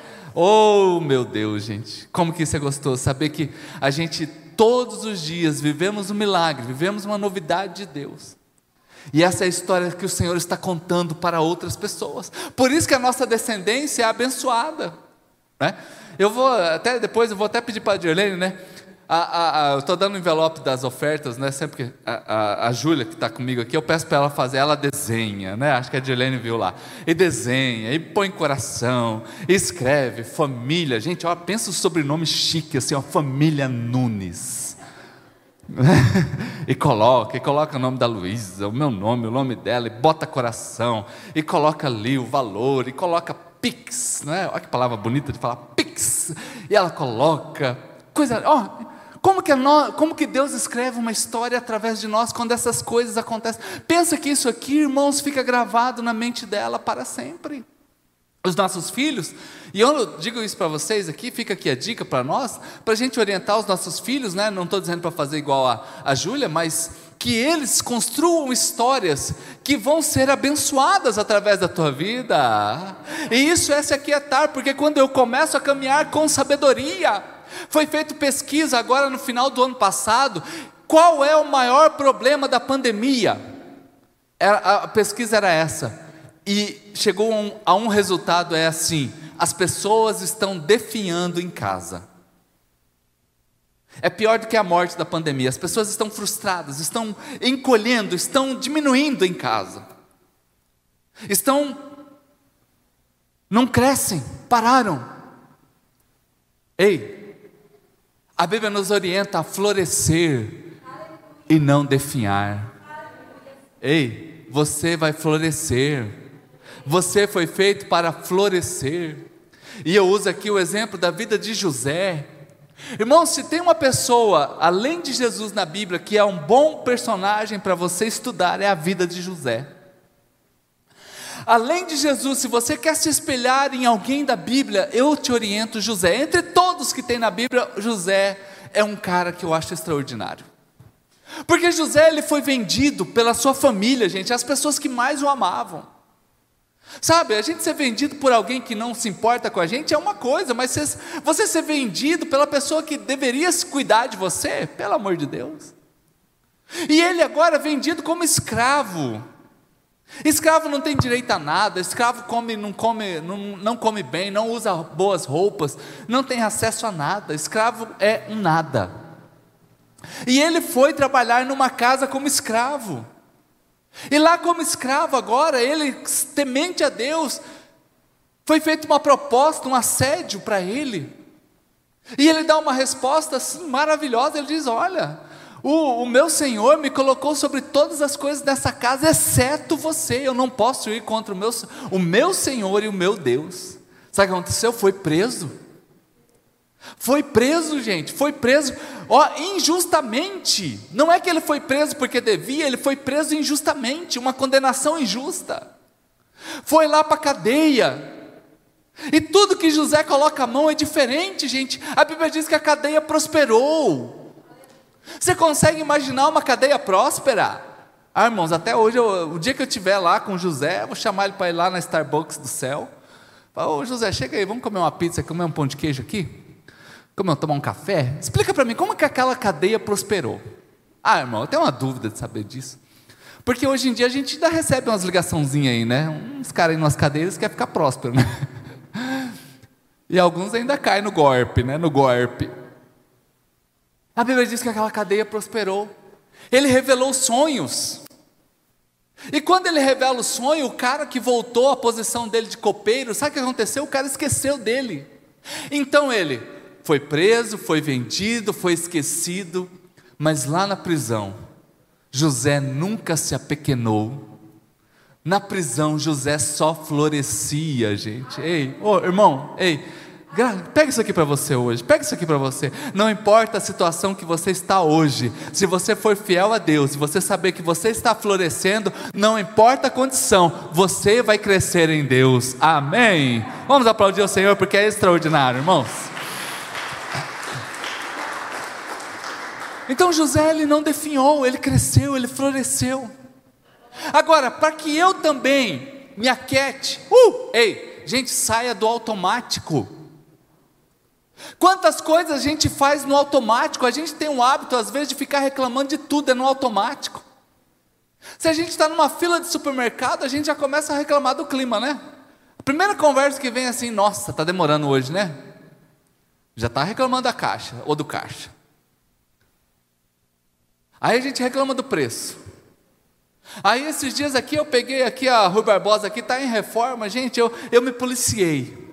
Oh meu Deus, gente, como que isso é gostoso, saber que a gente todos os dias vivemos um milagre, vivemos uma novidade de Deus, e essa é a história que o Senhor está contando para outras pessoas. Por isso que a nossa descendência é abençoada, né? Eu vou até pedir para a Dirlene, né? Eu estou dando o envelope das ofertas, né? Sempre que a Júlia, que está comigo aqui, eu peço para ela fazer, ela desenha, né? Acho que a Dirlene viu lá, e desenha, e põe coração, e escreve, família, gente, ó, pensa o sobrenome chique, assim, ó, família Nunes, e coloca o nome da Luísa, o meu nome, o nome dela, e bota coração, e coloca ali o valor, e coloca Pix, né? Olha que palavra bonita de falar, Pix, e ela coloca, coisa, ó, como que Deus escreve uma história através de nós, quando essas coisas acontecem? Pensa que isso aqui, irmãos, fica gravado na mente dela para sempre. Os nossos filhos, e eu digo isso para vocês aqui, fica aqui a dica para nós, para a gente orientar os nossos filhos, né? Não estou dizendo para fazer igual a Júlia, mas que eles construam histórias que vão ser abençoadas através da tua vida. E isso é se aquietar, porque quando eu começo a caminhar com sabedoria, foi feita pesquisa agora no final do ano passado, qual é o maior problema da pandemia? A pesquisa era essa, e chegou a um resultado, é assim: as pessoas estão definhando em casa. É pior do que a morte da pandemia. As pessoas estão frustradas, estão encolhendo, estão diminuindo em casa, não crescem, pararam. Ei, a Bíblia nos orienta a florescer e não definhar. Ei, você vai florescer. Você foi feito para florescer. E eu uso aqui o exemplo da vida de José. Irmão, se tem uma pessoa, além de Jesus na Bíblia, que é um bom personagem para você estudar, é a vida de José. Além de Jesus, se você quer se espelhar em alguém da Bíblia, eu te oriento José. Entre todos que tem na Bíblia, José é um cara que eu acho extraordinário. Porque José, ele foi vendido pela sua família, gente, as pessoas que mais o amavam. Sabe, a gente ser vendido por alguém que não se importa com a gente é uma coisa, mas você ser vendido pela pessoa que deveria se cuidar de você, pelo amor de Deus. E ele agora é vendido como escravo. Escravo não tem direito a nada, escravo não come bem, não usa boas roupas, não tem acesso a nada, escravo é um nada. E ele foi trabalhar numa casa como escravo. E lá como escravo agora, ele, temente a Deus, foi feita uma proposta, um assédio para ele. E ele dá uma resposta assim maravilhosa, ele diz: olha, O meu Senhor me colocou sobre todas as coisas dessa casa, exceto você. Eu não posso ir contra o meu Senhor e o meu Deus. Sabe o que aconteceu? Foi preso. Foi preso, gente, foi preso, injustamente. Não é que ele foi preso porque devia, ele foi preso injustamente, uma condenação injusta. Foi lá para a cadeia. E tudo que José coloca a mão é diferente, gente. A Bíblia diz que a cadeia prosperou. Você consegue imaginar uma cadeia próspera? Irmãos, até hoje, o dia que eu estiver lá com José, eu vou chamar ele para ir lá na Starbucks do céu. Ô José, chega aí, vamos comer uma pizza, comer um pão de queijo aqui? Tomar um café? Explica para mim, como que aquela cadeia prosperou? Irmão, eu tenho uma dúvida de saber disso. Porque hoje em dia a gente ainda recebe umas ligaçãozinhas aí, né? Uns caras aí nas cadeiras querem ficar próspero, né? E alguns ainda caem no golpe, né? No golpe. A Bíblia diz que aquela cadeia prosperou. Ele revelou sonhos. E quando ele revela o sonho, o cara que voltou à posição dele de copeiro, sabe o que aconteceu? O cara esqueceu dele. Então ele foi preso, foi vendido, foi esquecido, mas lá na prisão, José nunca se apequenou. Na prisão, José só florescia, gente. Ei, irmão, pega isso aqui para você hoje, pega isso aqui para você. Não importa a situação que você está hoje, se você for fiel a Deus, se você saber que você está florescendo, não importa a condição, você vai crescer em Deus, amém? Vamos aplaudir o Senhor porque é extraordinário, irmãos. Então José, ele não definhou, ele cresceu, ele floresceu. Agora, para que eu também me aquiete, gente, saia do automático. Quantas coisas a gente faz no automático? A gente tem um hábito às vezes de ficar reclamando de tudo, é no automático. Se a gente está numa fila de supermercado, a gente já começa a reclamar do clima, né? A primeira conversa que vem é assim, nossa, está demorando hoje, né? Já está reclamando da caixa, ou do caixa. Aí a gente reclama do preço. Aí esses dias aqui eu peguei aqui a Rui Barbosa, aqui está em reforma, gente, eu me policiei.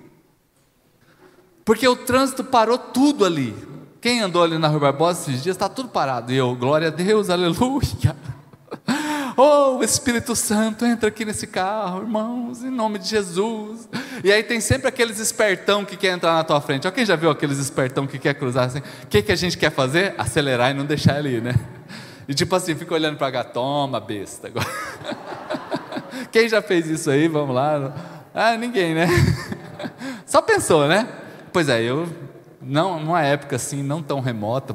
Porque o trânsito parou tudo ali. Quem andou ali na Rui Barbosa esses dias, está tudo parado. E eu, glória a Deus, aleluia. Oh, o Espírito Santo entra aqui nesse carro, irmãos, em nome de Jesus. E aí tem sempre aqueles espertão que quer entrar na tua frente. Quem já viu aqueles espertão que quer cruzar assim? O que a gente quer fazer? Acelerar e não deixar ele ir, né? E tipo assim, fica olhando para cá, toma besta. Agora. Quem já fez isso aí? Vamos lá. Ninguém, né? Só pensou, né? Pois é, eu, não, numa época assim, não tão remota,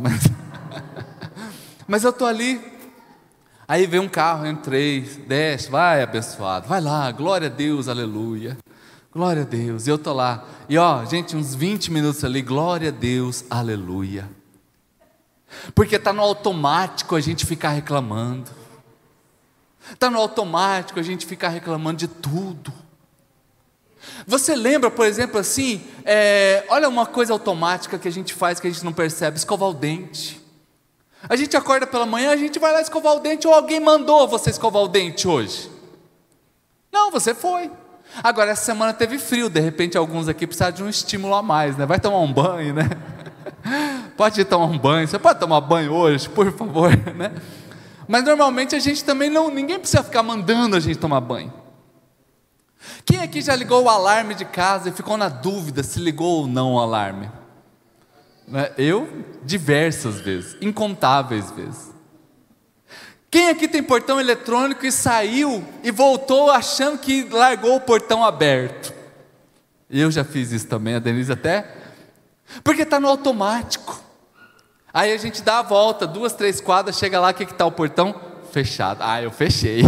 mas eu estou ali. Aí vem um carro, entrei, desce, vai abençoado, vai lá, glória a Deus, aleluia, glória a Deus. E eu estou lá, e gente, uns 20 minutos ali, glória a Deus, aleluia. Porque está no automático a gente ficar reclamando, está no automático a gente ficar reclamando de tudo. Você lembra, por exemplo, assim, olha uma coisa automática que a gente faz que a gente não percebe, escovar o dente. A gente acorda pela manhã, a gente vai lá escovar o dente, ou alguém mandou você escovar o dente hoje? Não, você foi. Agora essa semana teve frio, de repente alguns aqui precisam de um estímulo a mais, né? Vai tomar um banho, né? Pode ir tomar um banho, você pode tomar banho hoje, por favor, né? Mas normalmente a gente também ninguém precisa ficar mandando a gente tomar banho. Quem aqui já ligou o alarme de casa e ficou na dúvida se ligou ou não o alarme? Eu, diversas vezes, incontáveis vezes. Quem aqui tem portão eletrônico e saiu e voltou achando que largou o portão aberto? Eu já fiz isso também, a Denise até. Porque está no automático. Aí a gente dá a volta, 2, 3 quadras, chega lá, o que está o portão? Fechado. Eu fechei.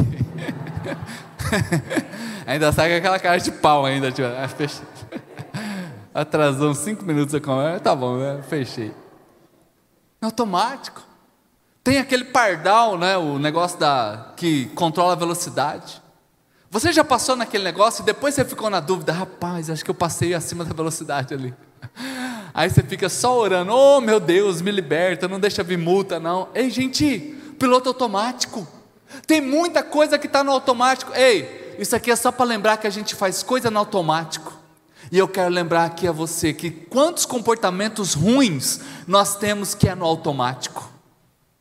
Ainda sai com aquela cara de pau ainda, tipo, fechei. Atrasou uns 5 minutos a conversa, tá bom, né? Fechei. É automático. Tem aquele pardal, né? O negócio que controla a velocidade. Você já passou naquele negócio e depois você ficou na dúvida, rapaz, acho que eu passei acima da velocidade ali. Aí você fica só orando, oh meu Deus, me liberta, não deixa vir multa não. Ei gente, piloto automático. Tem muita coisa que está no automático. Ei, isso aqui é só para lembrar que a gente faz coisa no automático. E eu quero lembrar aqui a você que quantos comportamentos ruins nós temos que é no automático.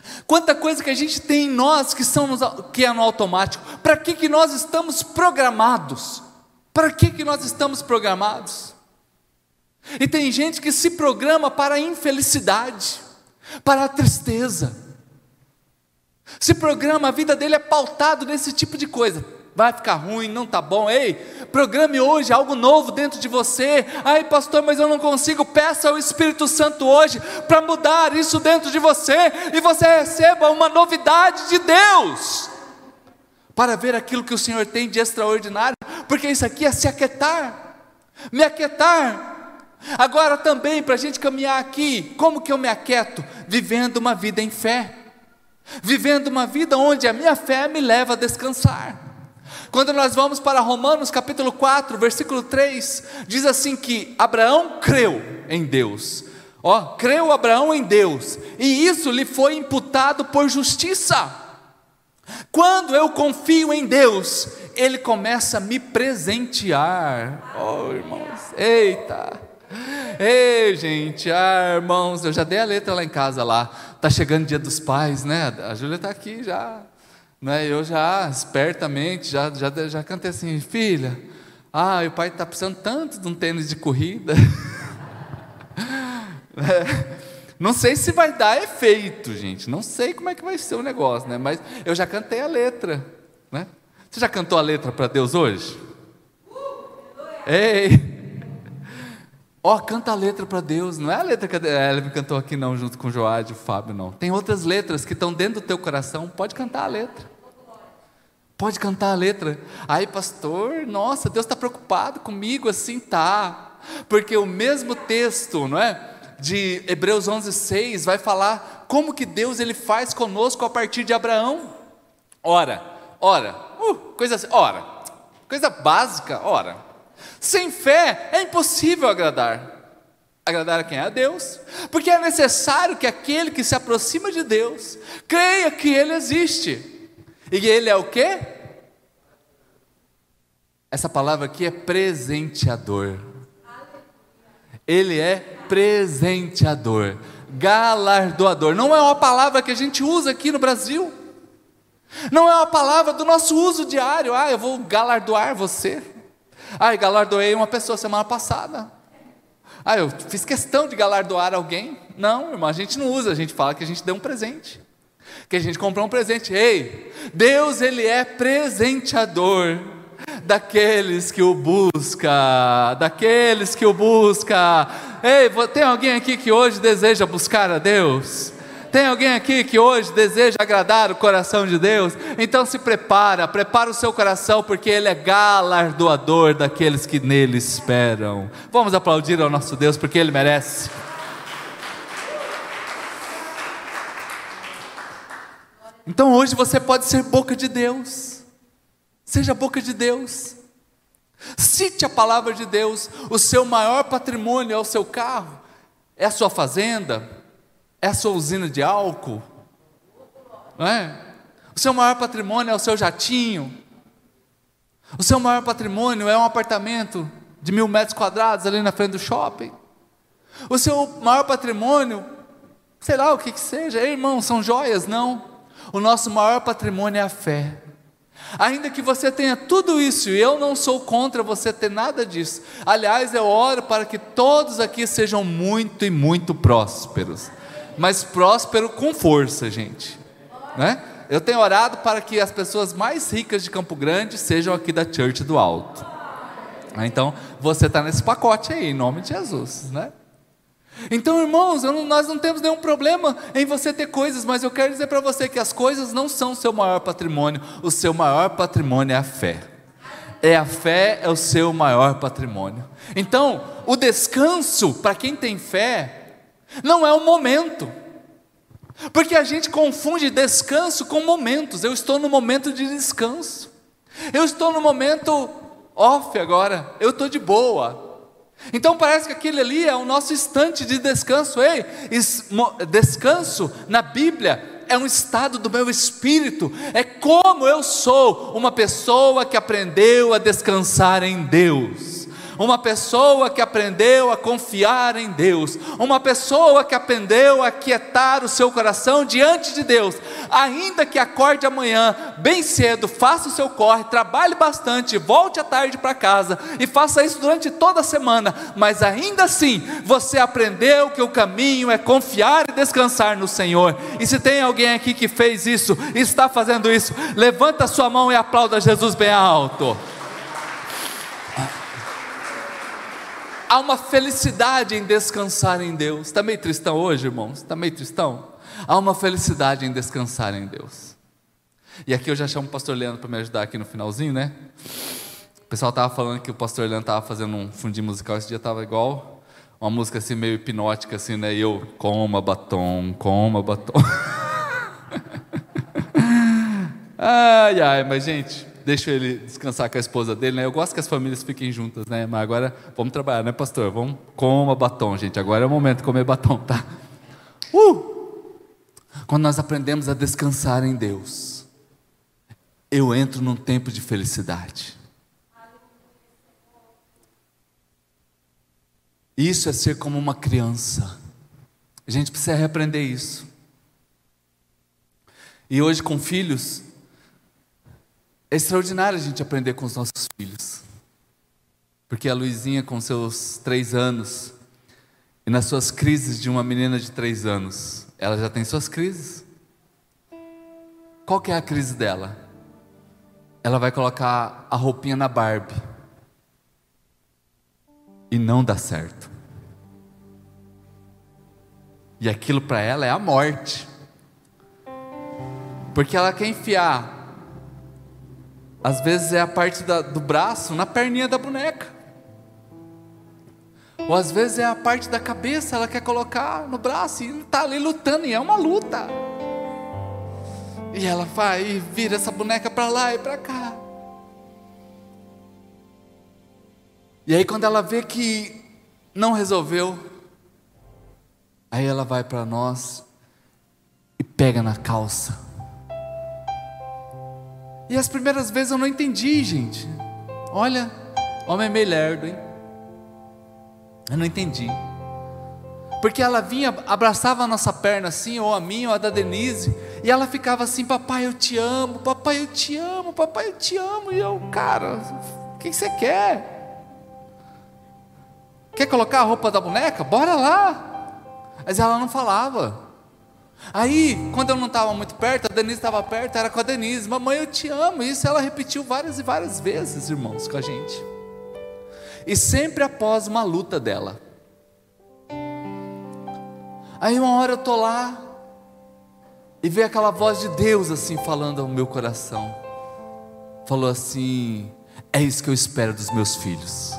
Quanta coisa que a gente tem em nós que é no automático. Para que nós estamos programados? Para que nós estamos programados? E tem gente que se programa para a infelicidade, para a tristeza. Se programa, a vida dele é pautado nesse tipo de coisa. Vai ficar ruim, não está bom. Ei, programe hoje algo novo dentro de você. Ai, pastor, mas eu não consigo. Peça ao Espírito Santo hoje para mudar isso dentro de você, e você receba uma novidade de Deus, para ver aquilo que o Senhor tem de extraordinário, porque isso aqui é se aquietar, me aquietar. Agora também, para a gente caminhar aqui, como que eu me aquieto? Vivendo uma vida em fé, vivendo uma vida onde a minha fé me leva a descansar. Quando nós vamos para Romanos capítulo 4, versículo 3, diz assim que Abraão creu em Deus. Creu Abraão em Deus, e isso lhe foi imputado por justiça. Quando eu confio em Deus, Ele começa a me presentear. Irmãos, eita, ei gente, irmãos, eu já dei a letra lá em casa lá. Está chegando o dia dos pais, né? A Júlia está aqui já, né? Eu já, espertamente, já cantei assim: filha, o pai está precisando tanto de um tênis de corrida. Não sei se vai dar efeito, gente. Não sei como é que vai ser o negócio, né? Mas eu já cantei a letra, né? Você já cantou a letra para Deus hoje? Ei! Canta a letra para Deus. Não é a letra que ela me cantou aqui não, junto com o Joad e o Fábio, não. Tem outras letras que estão dentro do teu coração. Pode cantar a letra. Pode cantar a letra. Aí, pastor, nossa, Deus está preocupado comigo assim, tá? Porque o mesmo texto, não é? De Hebreus 11:6 vai falar como que Deus ele faz conosco a partir de Abraão. Coisa básica, Sem fé é impossível agradar a quem? A Deus, porque é necessário que aquele que se aproxima de Deus creia que Ele existe, e Ele é o quê? Essa palavra aqui é presenteador. Ele é presenteador, galardoador. Não é uma palavra que a gente usa aqui no Brasil, não é uma palavra do nosso uso diário. Eu vou galardoar você. Galardoei uma pessoa semana passada. Eu fiz questão de galardoar alguém. Não, irmão, a gente não usa, a gente fala que a gente deu um presente, que a gente comprou um presente. Ei, Deus ele é presenteador daqueles que o busca, Ei, tem alguém aqui que hoje deseja buscar a Deus? Tem alguém aqui que hoje deseja agradar o coração de Deus? Então se prepara o seu coração, porque Ele é galardoador daqueles que nele esperam. Vamos aplaudir ao nosso Deus, porque Ele merece. Então hoje você pode ser boca de Deus. Seja boca de Deus. Cite a palavra de Deus. O seu maior patrimônio é o seu carro, é a sua fazenda, é a sua usina de álcool, não é? O seu maior patrimônio é o seu jatinho. O seu maior patrimônio é um apartamento de 1.000 metros quadrados ali na frente do shopping. O seu maior patrimônio, sei lá o que seja. Ei, irmão, são joias? Não. O nosso maior patrimônio é a fé. Ainda que você tenha tudo isso, e eu não sou contra você ter nada disso. Aliás, eu oro para que todos aqui sejam muito e muito prósperos. Mas próspero com força, gente, né? Eu tenho orado para que as pessoas mais ricas de Campo Grande sejam aqui da Church do Alto. Então, você está nesse pacote aí, em nome de Jesus, né? Então, irmãos, nós não temos nenhum problema em você ter coisas, mas eu quero dizer para você que as coisas não são o seu maior patrimônio. O seu maior patrimônio é a fé. A fé é o seu maior patrimônio. Então, o descanso, para quem tem fé, não é um momento, porque a gente confunde descanso com momentos. Eu estou no momento de descanso, eu estou no momento off agora, eu estou de boa. Então parece que aquele ali é o nosso instante de descanso. Ei, descanso na Bíblia é um estado do meu espírito. É como eu sou uma pessoa que aprendeu a descansar em Deus. uma pessoa que aprendeu a confiar em Deus, uma pessoa que aprendeu a quietar o seu coração diante de Deus, ainda que acorde amanhã bem cedo, faça o seu corre, trabalhe bastante, volte à tarde para casa e faça isso durante toda a semana, mas ainda assim você aprendeu que o caminho é confiar e descansar no Senhor. E se tem alguém aqui que fez isso, está fazendo isso, levanta a sua mão e aplauda Jesus bem alto. Há uma felicidade em descansar em Deus. Está meio tristão hoje, irmãos? Está meio tristão? Há uma felicidade em descansar em Deus. E aqui eu já chamo o pastor Leandro para me ajudar aqui no finalzinho, né? O pessoal estava falando que o pastor Leandro estava fazendo um fundinho musical. Esse dia estava igual uma música assim meio hipnótica assim, né? E eu, coma batom. Ai, mas gente, deixa ele descansar com a esposa dele, né? Eu gosto que as famílias fiquem juntas, né? Mas agora vamos trabalhar, né, pastor? Vamos, coma batom, gente. Agora é o momento de comer batom, tá? Quando nós aprendemos a descansar em Deus, eu entro num tempo de felicidade. Isso é ser como uma criança. A gente precisa reaprender isso. E hoje com filhos, é extraordinário a gente aprender com os nossos filhos. Porque a Luizinha com seus 3 anos, e nas suas crises de uma menina de 3 anos, ela já tem suas crises. Qual que é a crise dela? Ela vai colocar a roupinha na Barbie e não dá certo. E aquilo para ela é a morte. Porque ela quer enfiar, às vezes é a parte do braço na perninha da boneca. Ou às vezes é a parte da cabeça, ela quer colocar no braço e está ali lutando, e é uma luta. E ela vai e vira essa boneca para lá e para cá. E aí quando ela vê que não resolveu, aí ela vai para nós e pega na calça. E as primeiras vezes eu não entendi, gente. Olha, homem é meio lerdo, hein? Eu não entendi. Porque ela vinha, abraçava a nossa perna assim, ou a minha, ou a da Denise, e ela ficava assim: papai eu te amo, papai eu te amo, papai eu te amo. E eu, cara, o que você quer? Quer colocar a roupa da boneca? Bora lá. Mas ela não falava. Aí, quando eu não estava muito perto, a Denise estava perto, era com a Denise: mamãe eu te amo. Isso ela repetiu várias e várias vezes, irmãos, com a gente. E sempre após uma luta dela. Aí uma hora eu estou lá, e veio aquela voz de Deus assim, falando ao meu coração. Falou assim: é isso que eu espero dos meus filhos.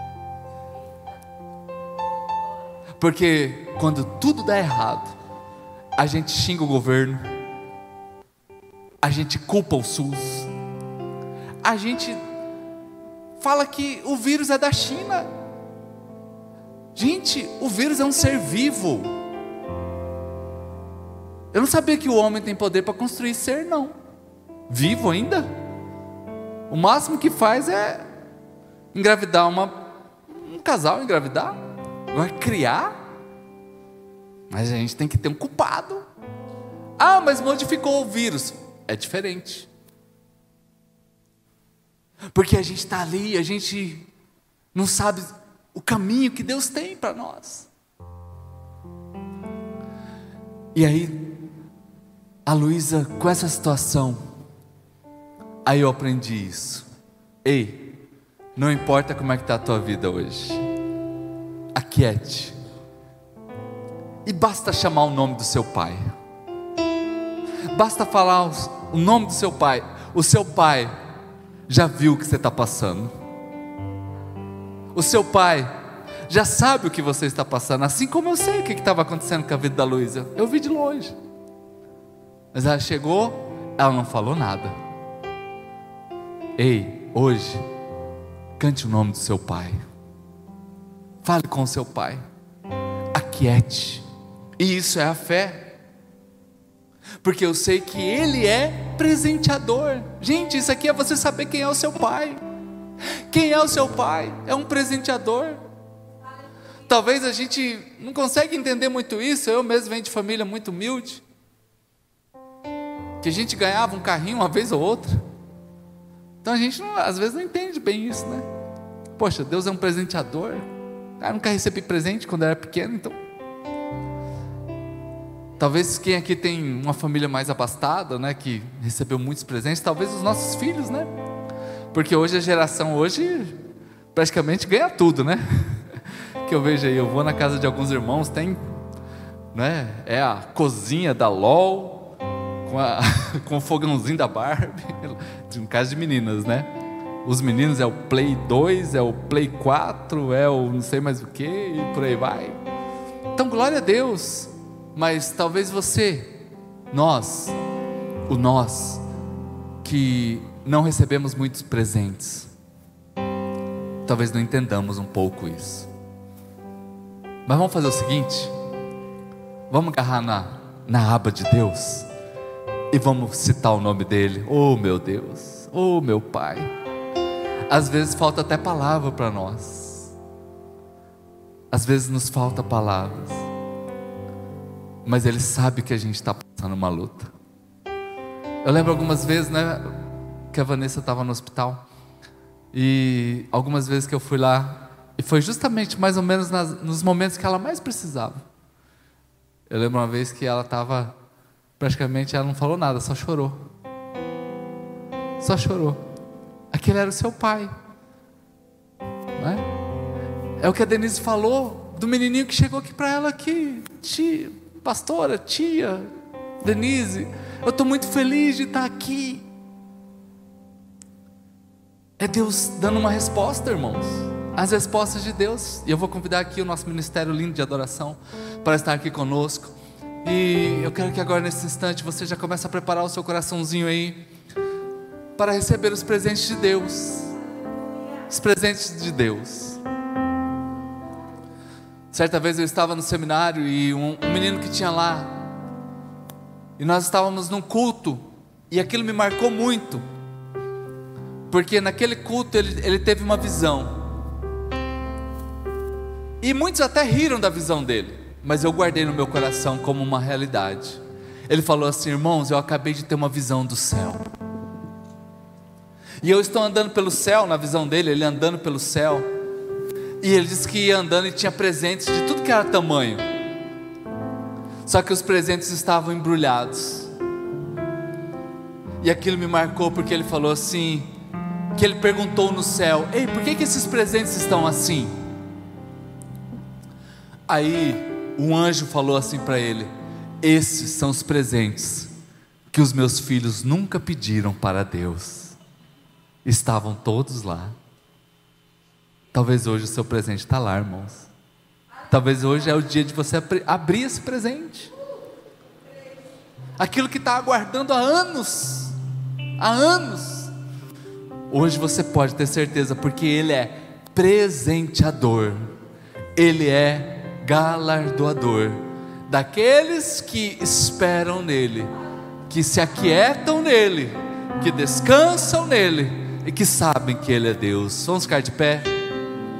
Porque quando tudo dá errado, a gente xinga o governo, a gente culpa o SUS, a gente fala que o vírus é da China. Gente, o vírus é um ser vivo. Eu não sabia que o homem tem poder para construir ser, não. Vivo ainda. O máximo que faz é engravidar um casal engravidar. Agora criar. Mas a gente tem que ter um culpado. Ah, mas modificou o vírus. É diferente. Porque a gente está ali, a gente não sabe o caminho que Deus tem para nós. E aí, a Luísa, com essa situação, aí eu aprendi isso. Ei, não importa como é que está a tua vida hoje, aquiete. E basta chamar o nome do seu pai. Basta falar o nome do seu pai. O seu pai já viu o que você está passando. O seu pai já sabe o que você está passando. Assim como eu sei o que estava acontecendo com a vida da Luísa. Eu vi de longe. Mas ela chegou, ela não falou nada. Ei, hoje, cante o nome do seu pai. Fale com o seu pai. Aquiete. E isso é a fé. Porque eu sei que Ele é presenteador. Gente, isso aqui é você saber quem é o seu pai. Quem é o seu pai? É um presenteador. Talvez a gente não consegue entender muito isso. Eu mesmo venho de família muito humilde, que a gente ganhava um carrinho uma vez ou outra. Então a gente às vezes não entende bem isso, né? Poxa, Deus é um presenteador. Eu nunca recebi presente quando eu era pequeno, então. Talvez quem aqui tem uma família mais abastada, né, que recebeu muitos presentes, talvez os nossos filhos, né? Porque hoje a geração praticamente ganha tudo, né? Que eu vejo aí, eu vou na casa de alguns irmãos, tem, né? É a cozinha da LOL com o fogãozinho da Barbie, no caso de meninas, né? Os meninos é o Play 2, é o Play 4, é o não sei mais o que, e por aí vai. Então glória a Deus. Mas talvez nós que não recebemos muitos presentes, talvez não entendamos um pouco isso. Mas vamos fazer o seguinte, vamos agarrar na aba de Deus e vamos citar o nome dele. Oh meu Deus, oh meu Pai. Às vezes falta até palavra para nós, às vezes nos falta palavras, mas Ele sabe que a gente está passando uma luta. Eu lembro algumas vezes, né, que a Vanessa estava no hospital, e algumas vezes que eu fui lá, e foi justamente mais ou menos nos momentos que ela mais precisava. Eu lembro uma vez que ela estava, praticamente ela não falou nada, só chorou. Só chorou. Aquele era o seu pai, não é? É o que a Denise falou, do menininho que chegou aqui para ela aqui, pastora, tia Denise, eu estou muito feliz de estar aqui. É Deus dando uma resposta, irmãos, as respostas de Deus. E eu vou convidar aqui o nosso ministério lindo de adoração para estar aqui conosco. E eu quero que agora nesse instante você já comece a preparar o seu coraçãozinho aí para receber os presentes de Deus. Os presentes de Deus. Certa vez eu estava no seminário e um menino que tinha lá, e nós estávamos num culto, e aquilo me marcou muito, porque naquele culto ele teve uma visão, e muitos até riram da visão dele, mas eu guardei no meu coração como uma realidade. Ele falou assim: irmãos, eu acabei de ter uma visão do céu, e eu estou andando pelo céu, na visão dele, ele andando pelo céu, e ele disse que ia andando e tinha presentes de tudo que era tamanho, só que os presentes estavam embrulhados, e aquilo me marcou, porque ele falou assim, que ele perguntou no céu: ei, por que esses presentes estão assim? Aí um anjo falou assim para ele: esses são os presentes que os meus filhos nunca pediram para Deus, estavam todos lá. Talvez hoje o seu presente está lá, irmãos. Talvez hoje é o dia de você abrir esse presente, aquilo que está aguardando há anos, hoje você pode ter certeza, porque Ele é presenteador, Ele é galardoador daqueles que esperam nele, que se aquietam nele, que descansam nele e que sabem que Ele é Deus. Vamos ficar de pé?